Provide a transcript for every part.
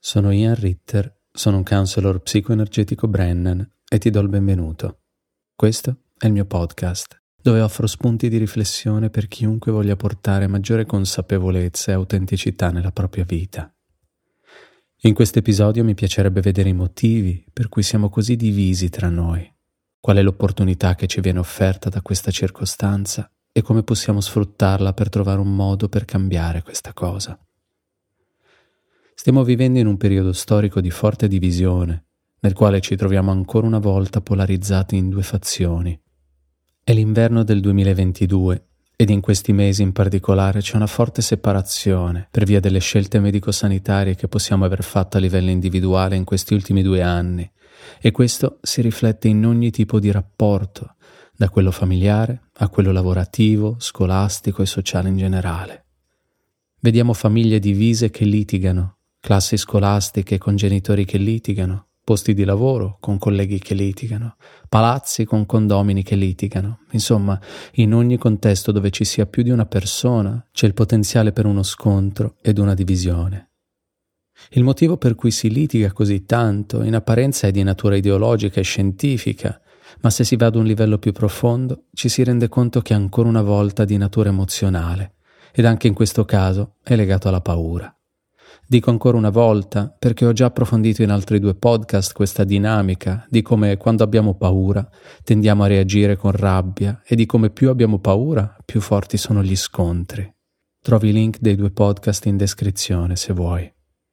Sono Ian Ritter, sono un counselor psicoenergetico Brennan e ti do il benvenuto. Questo è il mio podcast, dove offro spunti di riflessione per chiunque voglia portare maggiore consapevolezza e autenticità nella propria vita. In questo episodio mi piacerebbe vedere i motivi per cui siamo così divisi tra noi, qual è l'opportunità che ci viene offerta da questa circostanza e come possiamo sfruttarla per trovare un modo per cambiare questa cosa. Stiamo vivendo in un periodo storico di forte divisione, nel quale ci troviamo ancora una volta polarizzati in due fazioni. È l'inverno del 2022 ed in questi mesi in particolare c'è una forte separazione per via delle scelte medico-sanitarie che possiamo aver fatto a livello individuale in questi ultimi 2 anni, e questo si riflette in ogni tipo di rapporto, da quello familiare a quello lavorativo, scolastico e sociale in generale. Vediamo famiglie divise che litigano, classi scolastiche con genitori che litigano, posti di lavoro con colleghi che litigano, palazzi con condomini che litigano. Insomma, in ogni contesto dove ci sia più di una persona c'è il potenziale per uno scontro ed una divisione. Il motivo per cui si litiga così tanto in apparenza è di natura ideologica e scientifica, ma se si va ad un livello più profondo ci si rende conto che è ancora una volta di natura emozionale, ed anche in questo caso è legato alla paura. Dico ancora una volta perché ho già approfondito in altri 2 podcast questa dinamica di come quando abbiamo paura tendiamo a reagire con rabbia e di come più abbiamo paura più forti sono gli scontri. Trovi i link dei 2 podcast in descrizione se vuoi.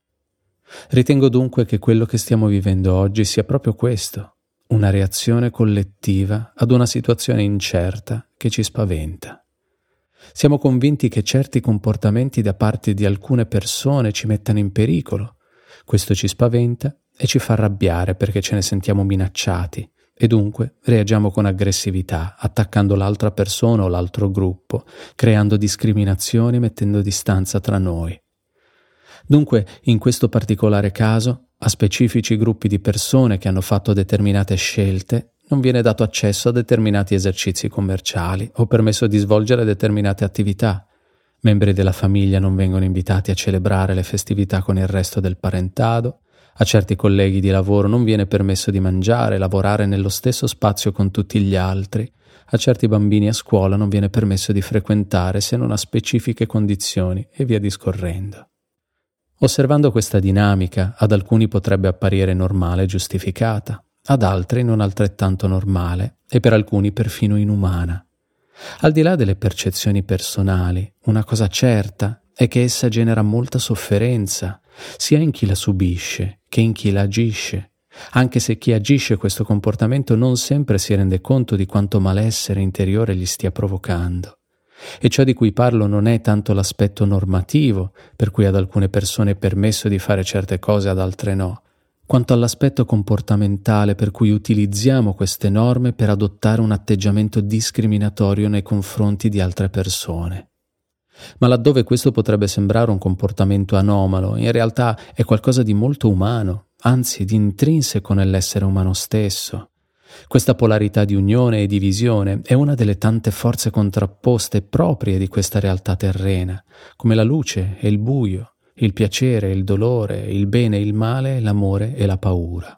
Ritengo dunque che quello che stiamo vivendo oggi sia proprio questo, una reazione collettiva ad una situazione incerta che ci spaventa. Siamo convinti che certi comportamenti da parte di alcune persone ci mettano in pericolo. Questo ci spaventa e ci fa arrabbiare perché ce ne sentiamo minacciati e dunque reagiamo con aggressività, attaccando l'altra persona o l'altro gruppo, creando discriminazioni e mettendo distanza tra noi. Dunque, in questo particolare caso, a specifici gruppi di persone che hanno fatto determinate scelte, non viene dato accesso a determinati esercizi commerciali o permesso di svolgere determinate attività. Membri della famiglia non vengono invitati a celebrare le festività con il resto del parentado. A certi colleghi di lavoro non viene permesso di mangiare e lavorare nello stesso spazio con tutti gli altri. A certi bambini a scuola non viene permesso di frequentare se non a specifiche condizioni e via discorrendo. Osservando questa dinamica, ad alcuni potrebbe apparire normale e giustificata, ad altri non altrettanto normale e per alcuni perfino inumana. Al di là delle percezioni personali, una cosa certa è che essa genera molta sofferenza, sia in chi la subisce che in chi la agisce, anche se chi agisce questo comportamento non sempre si rende conto di quanto malessere interiore gli stia provocando. E ciò di cui parlo non è tanto l'aspetto normativo, per cui ad alcune persone è permesso di fare certe cose, ad altre no, quanto all'aspetto comportamentale per cui utilizziamo queste norme per adottare un atteggiamento discriminatorio nei confronti di altre persone. Ma laddove questo potrebbe sembrare un comportamento anomalo, in realtà è qualcosa di molto umano, anzi di intrinseco nell'essere umano stesso. Questa polarità di unione e divisione è una delle tante forze contrapposte proprie di questa realtà terrena, come la luce e il buio, il piacere, il dolore, il bene e il male, l'amore e la paura.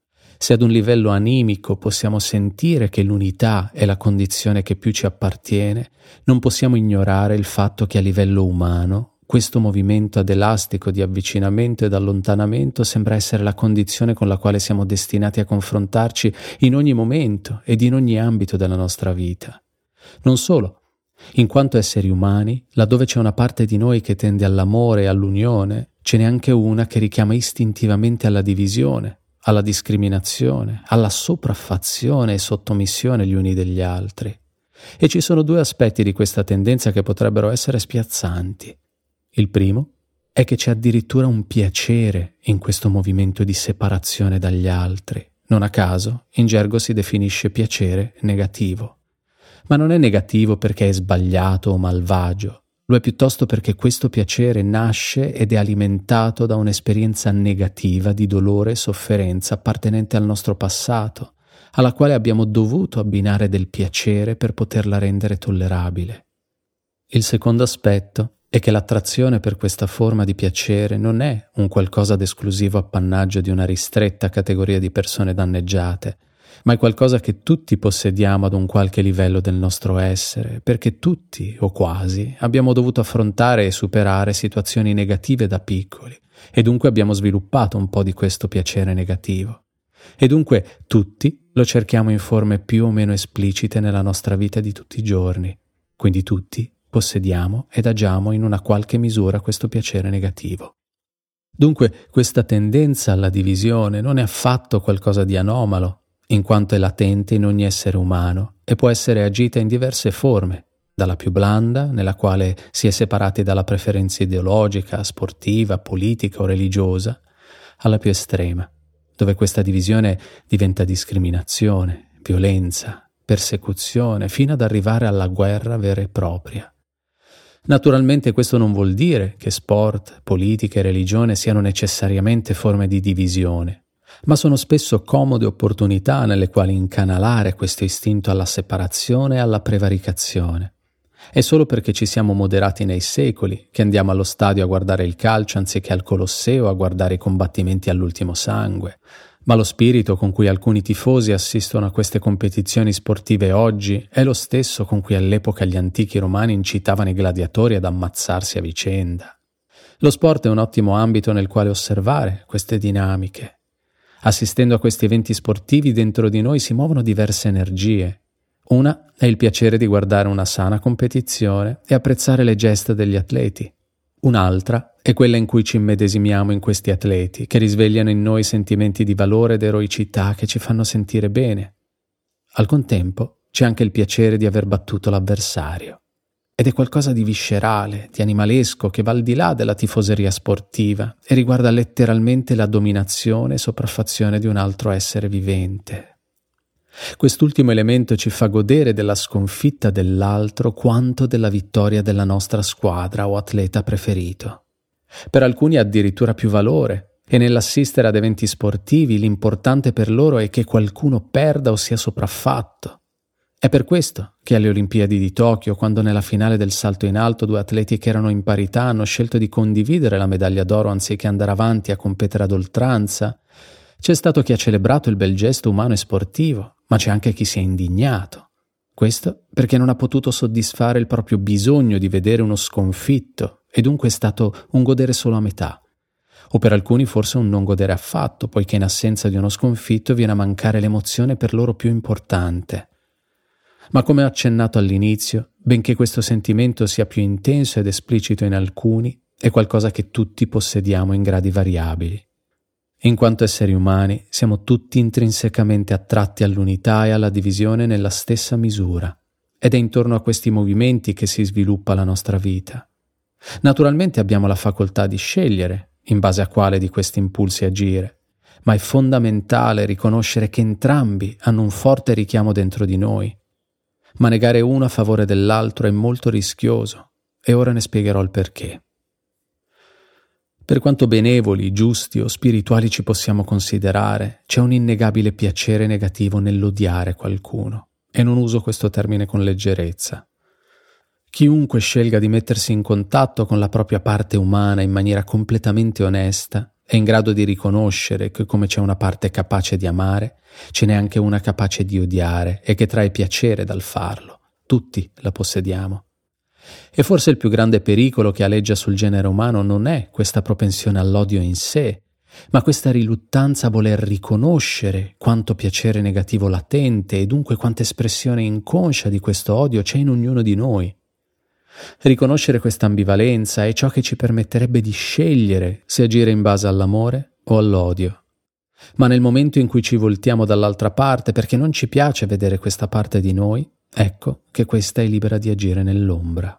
Se ad un livello animico possiamo sentire che l'unità è la condizione che più ci appartiene, non possiamo ignorare il fatto che a livello umano questo movimento ad elastico di avvicinamento ed allontanamento sembra essere la condizione con la quale siamo destinati a confrontarci in ogni momento ed in ogni ambito della nostra vita. Non solo. In quanto esseri umani, laddove c'è una parte di noi che tende all'amore e all'unione, ce n'è anche una che richiama istintivamente alla divisione, alla discriminazione, alla sopraffazione e sottomissione gli uni degli altri. E ci sono 2 aspetti di questa tendenza che potrebbero essere spiazzanti. Il primo è che c'è addirittura un piacere in questo movimento di separazione dagli altri. Non a caso, in gergo si definisce piacere negativo. Ma non è negativo perché è sbagliato o malvagio, lo è piuttosto perché questo piacere nasce ed è alimentato da un'esperienza negativa di dolore e sofferenza appartenente al nostro passato, alla quale abbiamo dovuto abbinare del piacere per poterla rendere tollerabile. Il secondo aspetto è che l'attrazione per questa forma di piacere non è un qualcosa d'esclusivo appannaggio di una ristretta categoria di persone danneggiate, ma è qualcosa che tutti possediamo ad un qualche livello del nostro essere, perché tutti, o quasi, abbiamo dovuto affrontare e superare situazioni negative da piccoli, e dunque abbiamo sviluppato un po' di questo piacere negativo. E dunque tutti lo cerchiamo in forme più o meno esplicite nella nostra vita di tutti i giorni, quindi tutti possediamo ed agiamo in una qualche misura questo piacere negativo. Dunque questa tendenza alla divisione non è affatto qualcosa di anomalo, in quanto è latente in ogni essere umano e può essere agita in diverse forme, dalla più blanda, nella quale si è separati dalla preferenza ideologica, sportiva, politica o religiosa, alla più estrema, dove questa divisione diventa discriminazione, violenza, persecuzione, fino ad arrivare alla guerra vera e propria. Naturalmente questo non vuol dire che sport, politica e religione siano necessariamente forme di divisione, ma sono spesso comode opportunità nelle quali incanalare questo istinto alla separazione e alla prevaricazione. È solo perché ci siamo moderati nei secoli che andiamo allo stadio a guardare il calcio anziché al Colosseo a guardare i combattimenti all'ultimo sangue. Ma lo spirito con cui alcuni tifosi assistono a queste competizioni sportive oggi è lo stesso con cui all'epoca gli antichi romani incitavano i gladiatori ad ammazzarsi a vicenda. Lo sport è un ottimo ambito nel quale osservare queste dinamiche. Assistendo a questi eventi sportivi dentro di noi si muovono diverse energie. Una è il piacere di guardare una sana competizione e apprezzare le gesta degli atleti. Un'altra è quella in cui ci immedesimiamo in questi atleti, che risvegliano in noi sentimenti di valore ed eroicità che ci fanno sentire bene. Al contempo c'è anche il piacere di aver battuto l'avversario. Ed è qualcosa di viscerale, di animalesco, che va al di là della tifoseria sportiva e riguarda letteralmente la dominazione e sopraffazione di un altro essere vivente. Quest'ultimo elemento ci fa godere della sconfitta dell'altro quanto della vittoria della nostra squadra o atleta preferito. Per alcuni ha addirittura più valore, e nell'assistere ad eventi sportivi l'importante per loro è che qualcuno perda o sia sopraffatto. È per questo che alle Olimpiadi di Tokyo, quando nella finale del salto in alto due atleti che erano in parità hanno scelto di condividere la medaglia d'oro anziché andare avanti a competere ad oltranza, c'è stato chi ha celebrato il bel gesto umano e sportivo, ma c'è anche chi si è indignato. Questo perché non ha potuto soddisfare il proprio bisogno di vedere uno sconfitto e dunque è stato un godere solo a metà. O per alcuni forse un non godere affatto, poiché in assenza di uno sconfitto viene a mancare l'emozione per loro più importante. Ma come ho accennato all'inizio, benché questo sentimento sia più intenso ed esplicito in alcuni, è qualcosa che tutti possediamo in gradi variabili. In quanto esseri umani siamo tutti intrinsecamente attratti all'unità e alla divisione nella stessa misura, ed è intorno a questi movimenti che si sviluppa la nostra vita. Naturalmente abbiamo la facoltà di scegliere in base a quale di questi impulsi agire, ma è fondamentale riconoscere che entrambi hanno un forte richiamo dentro di noi. Ma negare uno a favore dell'altro è molto rischioso, e ora ne spiegherò il perché. Per quanto benevoli, giusti o spirituali ci possiamo considerare, c'è un innegabile piacere negativo nell'odiare qualcuno, e non uso questo termine con leggerezza. Chiunque scelga di mettersi in contatto con la propria parte umana in maniera completamente onesta è in grado di riconoscere che come c'è una parte capace di amare, ce n'è anche una capace di odiare e che trae piacere dal farlo. Tutti la possediamo. E forse il più grande pericolo che aleggia sul genere umano non è questa propensione all'odio in sé, ma questa riluttanza a voler riconoscere quanto piacere negativo latente e dunque quanta espressione inconscia di questo odio c'è in ognuno di noi. Riconoscere questa ambivalenza è ciò che ci permetterebbe di scegliere se agire in base all'amore o all'odio. Ma nel momento in cui ci voltiamo dall'altra parte perché non ci piace vedere questa parte di noi, ecco che questa è libera di agire nell'ombra.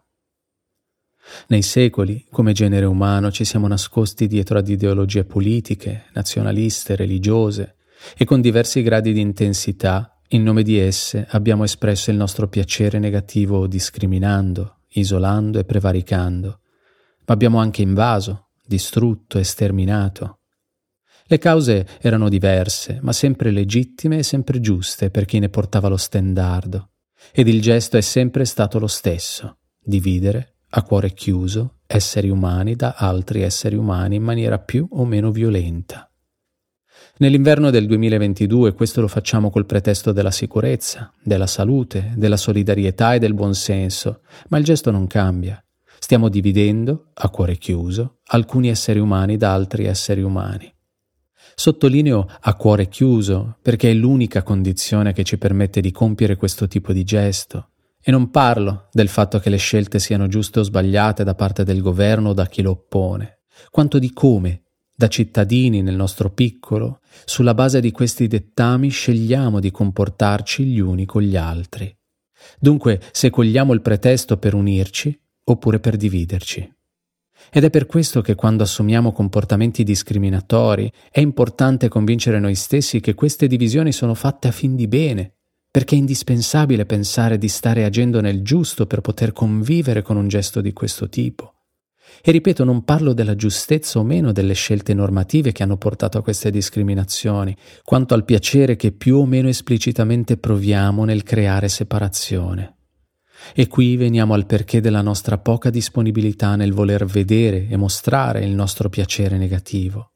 Nei secoli, come genere umano, ci siamo nascosti dietro ad ideologie politiche, nazionaliste, religiose, e con diversi gradi di intensità, in nome di esse, abbiamo espresso il nostro piacere negativo discriminando, isolando e prevaricando, ma abbiamo anche invaso, distrutto e sterminato. Le cause erano diverse, ma sempre legittime e sempre giuste per chi ne portava lo stendardo, ed il gesto è sempre stato lo stesso: dividere, a cuore chiuso, esseri umani da altri esseri umani in maniera più o meno violenta. Nell'inverno del 2022 questo lo facciamo col pretesto della sicurezza, della salute, della solidarietà e del buonsenso, ma il gesto non cambia. Stiamo dividendo, a cuore chiuso, alcuni esseri umani da altri esseri umani. Sottolineo a cuore chiuso perché è l'unica condizione che ci permette di compiere questo tipo di gesto. E non parlo del fatto che le scelte siano giuste o sbagliate da parte del governo o da chi lo oppone, quanto di come, da cittadini nel nostro piccolo, sulla base di questi dettami scegliamo di comportarci gli uni con gli altri. Dunque, se cogliamo il pretesto per unirci oppure per dividerci. Ed è per questo che quando assumiamo comportamenti discriminatori è importante convincere noi stessi che queste divisioni sono fatte a fin di bene, perché è indispensabile pensare di stare agendo nel giusto per poter convivere con un gesto di questo tipo. E ripeto, non parlo della giustezza o meno delle scelte normative che hanno portato a queste discriminazioni, quanto al piacere che più o meno esplicitamente proviamo nel creare separazione. E qui veniamo al perché della nostra poca disponibilità nel voler vedere e mostrare il nostro piacere negativo.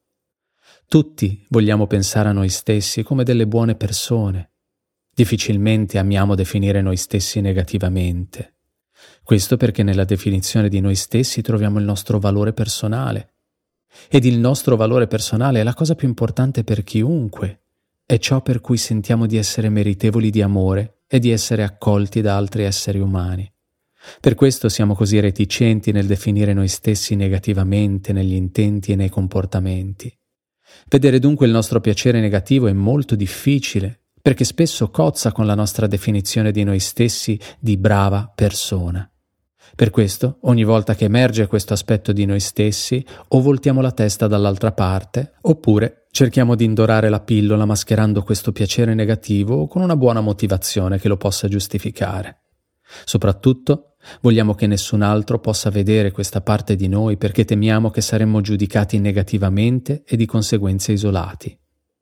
Tutti vogliamo pensare a noi stessi come delle buone persone. Difficilmente amiamo definire noi stessi negativamente. Questo perché nella definizione di noi stessi troviamo il nostro valore personale. Ed il nostro valore personale è la cosa più importante per chiunque. È ciò per cui sentiamo di essere meritevoli di amore e di essere accolti da altri esseri umani. Per questo siamo così reticenti nel definire noi stessi negativamente negli intenti e nei comportamenti. Vedere dunque il nostro piacere negativo è molto difficile, perché spesso cozza con la nostra definizione di noi stessi di brava persona. Per questo, ogni volta che emerge questo aspetto di noi stessi, o voltiamo la testa dall'altra parte, oppure cerchiamo di indorare la pillola mascherando questo piacere negativo con una buona motivazione che lo possa giustificare. Soprattutto, vogliamo che nessun altro possa vedere questa parte di noi perché temiamo che saremmo giudicati negativamente e di conseguenza isolati.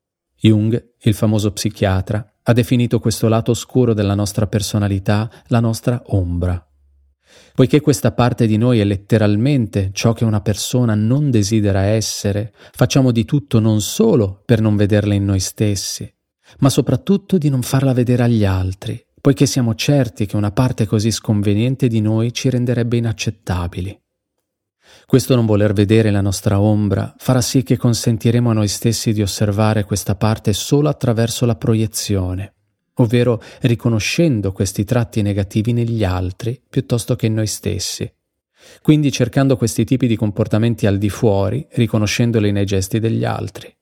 Jung, il famoso psichiatra, ha definito questo lato oscuro della nostra personalità la nostra ombra. Poiché questa parte di noi è letteralmente ciò che una persona non desidera essere, facciamo di tutto non solo per non vederla in noi stessi, ma soprattutto di non farla vedere agli altri, poiché siamo certi che una parte così sconveniente di noi ci renderebbe inaccettabili. Questo non voler vedere la nostra ombra farà sì che consentiremo a noi stessi di osservare questa parte solo attraverso la proiezione, ovvero riconoscendo questi tratti negativi negli altri piuttosto che in noi stessi. Quindi cercando questi tipi di comportamenti al di fuori, riconoscendoli nei gesti degli altri.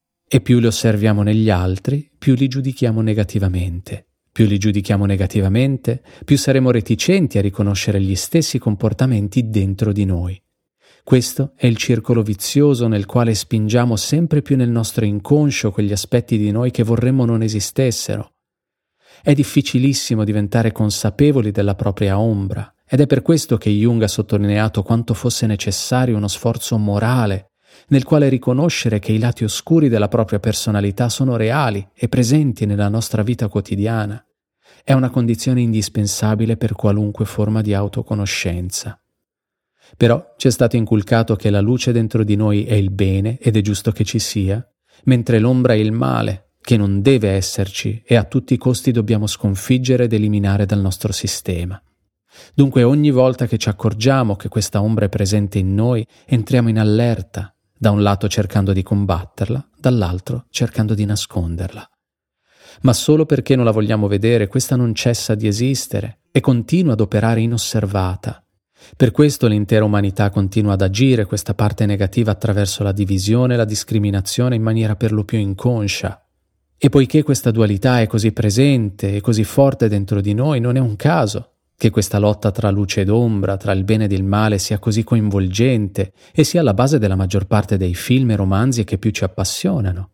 E più li osserviamo negli altri, più li giudichiamo negativamente. Più li giudichiamo negativamente, più saremo reticenti a riconoscere gli stessi comportamenti dentro di noi. Questo è il circolo vizioso nel quale spingiamo sempre più nel nostro inconscio quegli aspetti di noi che vorremmo non esistessero. È difficilissimo diventare consapevoli della propria ombra ed è per questo che Jung ha sottolineato quanto fosse necessario uno sforzo morale nel quale riconoscere che i lati oscuri della propria personalità sono reali e presenti nella nostra vita quotidiana. È una condizione indispensabile per qualunque forma di autoconoscenza. Però ci è stato inculcato che la luce dentro di noi è il bene ed è giusto che ci sia, mentre l'ombra è il male, che non deve esserci e a tutti i costi dobbiamo sconfiggere ed eliminare dal nostro sistema. Dunque ogni volta che ci accorgiamo che questa ombra è presente in noi, entriamo in allerta, da un lato cercando di combatterla, dall'altro cercando di nasconderla. Ma solo perché non la vogliamo vedere, questa non cessa di esistere e continua ad operare inosservata. Per questo l'intera umanità continua ad agire questa parte negativa attraverso la divisione e la discriminazione in maniera per lo più inconscia. E poiché questa dualità è così presente e così forte dentro di noi, non è un caso che questa lotta tra luce ed ombra, tra il bene ed il male sia così coinvolgente e sia alla base della maggior parte dei film e romanzi che più ci appassionano.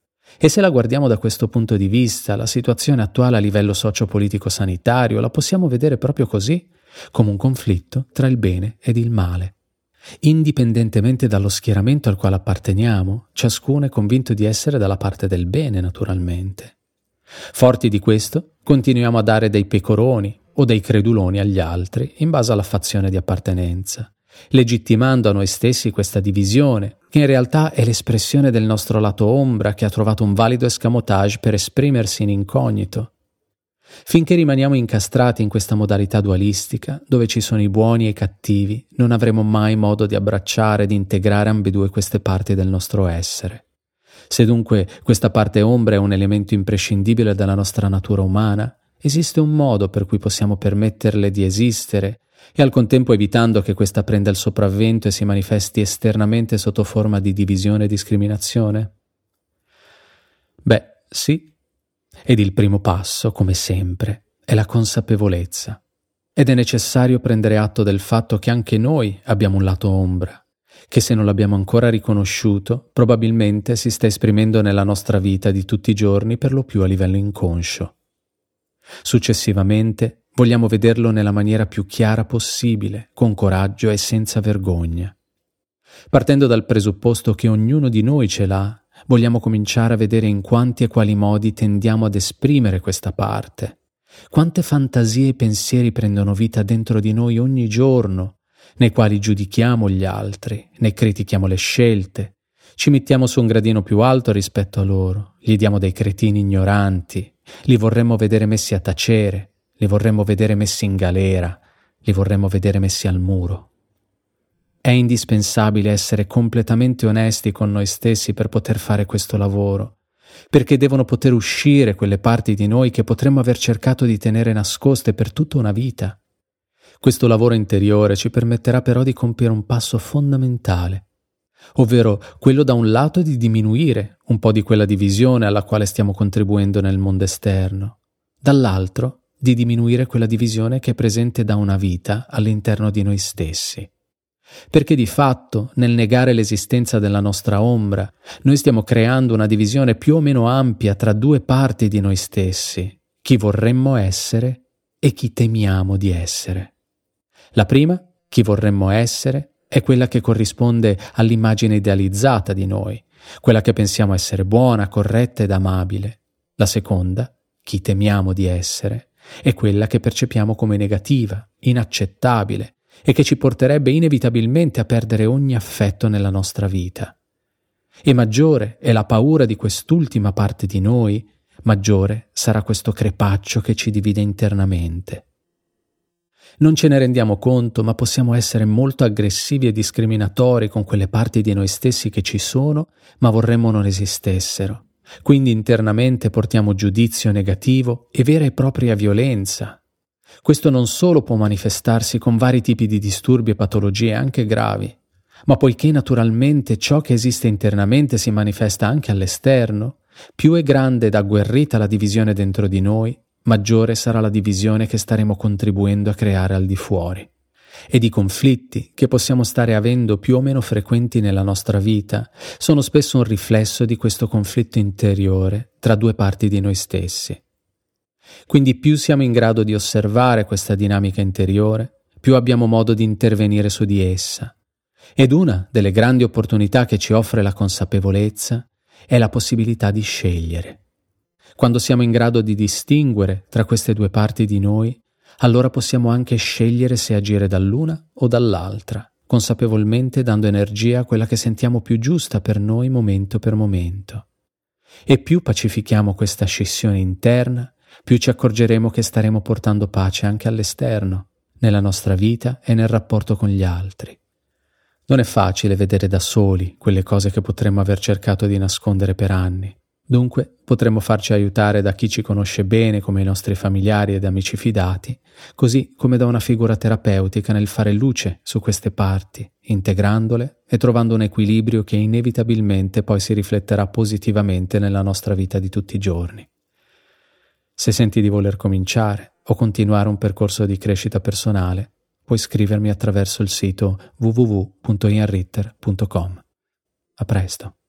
E se la guardiamo da questo punto di vista, la situazione attuale a livello socio-politico-sanitario la possiamo vedere proprio così, come un conflitto tra il bene ed il male. Indipendentemente dallo schieramento al quale apparteniamo, ciascuno è convinto di essere dalla parte del bene, naturalmente. Forti di questo, continuiamo a dare dei pecoroni, o dei creduloni agli altri in base alla fazione di appartenenza, legittimando a noi stessi questa divisione, che in realtà è l'espressione del nostro lato ombra che ha trovato un valido escamotage per esprimersi in incognito. Finché rimaniamo incastrati in questa modalità dualistica, dove ci sono i buoni e i cattivi, non avremo mai modo di abbracciare ed integrare ambedue queste parti del nostro essere. Se dunque questa parte ombra è un elemento imprescindibile della nostra natura umana, esiste un modo per cui possiamo permetterle di esistere e al contempo evitando che questa prenda il sopravvento e si manifesti esternamente sotto forma di divisione e discriminazione? Beh, sì. Ed il primo passo, come sempre, è la consapevolezza. Ed è necessario prendere atto del fatto che anche noi abbiamo un lato ombra, che se non l'abbiamo ancora riconosciuto, probabilmente si sta esprimendo nella nostra vita di tutti i giorni per lo più a livello inconscio. Successivamente, vogliamo vederlo nella maniera più chiara possibile, con coraggio e senza vergogna. Partendo dal presupposto che ognuno di noi ce l'ha, vogliamo cominciare a vedere in quanti e quali modi tendiamo ad esprimere questa parte. Quante fantasie e pensieri prendono vita dentro di noi ogni giorno, nei quali giudichiamo gli altri, ne critichiamo le scelte, ci mettiamo su un gradino più alto rispetto a loro, gli diamo dei cretini ignoranti, li vorremmo vedere messi a tacere, li vorremmo vedere messi in galera, li vorremmo vedere messi al muro. È indispensabile essere completamente onesti con noi stessi per poter fare questo lavoro, perché devono poter uscire quelle parti di noi che potremmo aver cercato di tenere nascoste per tutta una vita. Questo lavoro interiore ci permetterà però di compiere un passo fondamentale, ovvero quello da un lato di diminuire un po' di quella divisione alla quale stiamo contribuendo nel mondo esterno, dall'altro di diminuire quella divisione che è presente da una vita all'interno di noi stessi. Perché di fatto, nel negare l'esistenza della nostra ombra, noi stiamo creando una divisione più o meno ampia tra due parti di noi stessi, chi vorremmo essere e chi temiamo di essere. La prima, chi vorremmo essere, è quella che corrisponde all'immagine idealizzata di noi, quella che pensiamo essere buona, corretta ed amabile. La seconda, chi temiamo di essere, è quella che percepiamo come negativa, inaccettabile, e che ci porterebbe inevitabilmente a perdere ogni affetto nella nostra vita. E maggiore è la paura di quest'ultima parte di noi, maggiore sarà questo crepaccio che ci divide internamente. Non ce ne rendiamo conto, ma possiamo essere molto aggressivi e discriminatori con quelle parti di noi stessi che ci sono, ma vorremmo non esistessero. Quindi internamente portiamo giudizio negativo e vera e propria violenza. Questo non solo può manifestarsi con vari tipi di disturbi e patologie anche gravi, ma poiché naturalmente ciò che esiste internamente si manifesta anche all'esterno, più è grande ed agguerrita la divisione dentro di noi, maggiore sarà la divisione che staremo contribuendo a creare al di fuori. Ed i conflitti che possiamo stare avendo più o meno frequenti nella nostra vita sono spesso un riflesso di questo conflitto interiore tra due parti di noi stessi. Quindi più siamo in grado di osservare questa dinamica interiore, più abbiamo modo di intervenire su di essa. Ed una delle grandi opportunità che ci offre la consapevolezza è la possibilità di scegliere. Quando siamo in grado di distinguere tra queste due parti di noi, allora possiamo anche scegliere se agire dall'una o dall'altra, consapevolmente dando energia a quella che sentiamo più giusta per noi momento per momento. E più pacifichiamo questa scissione interna, più ci accorgeremo che staremo portando pace anche all'esterno, nella nostra vita e nel rapporto con gli altri. Non è facile vedere da soli quelle cose che potremmo aver cercato di nascondere per anni. Dunque potremmo farci aiutare da chi ci conosce bene come i nostri familiari ed amici fidati, così come da una figura terapeutica nel fare luce su queste parti, integrandole e trovando un equilibrio che inevitabilmente poi si rifletterà positivamente nella nostra vita di tutti i giorni. Se senti di voler cominciare o continuare un percorso di crescita personale, puoi scrivermi attraverso il sito www.ianritter.com. A presto.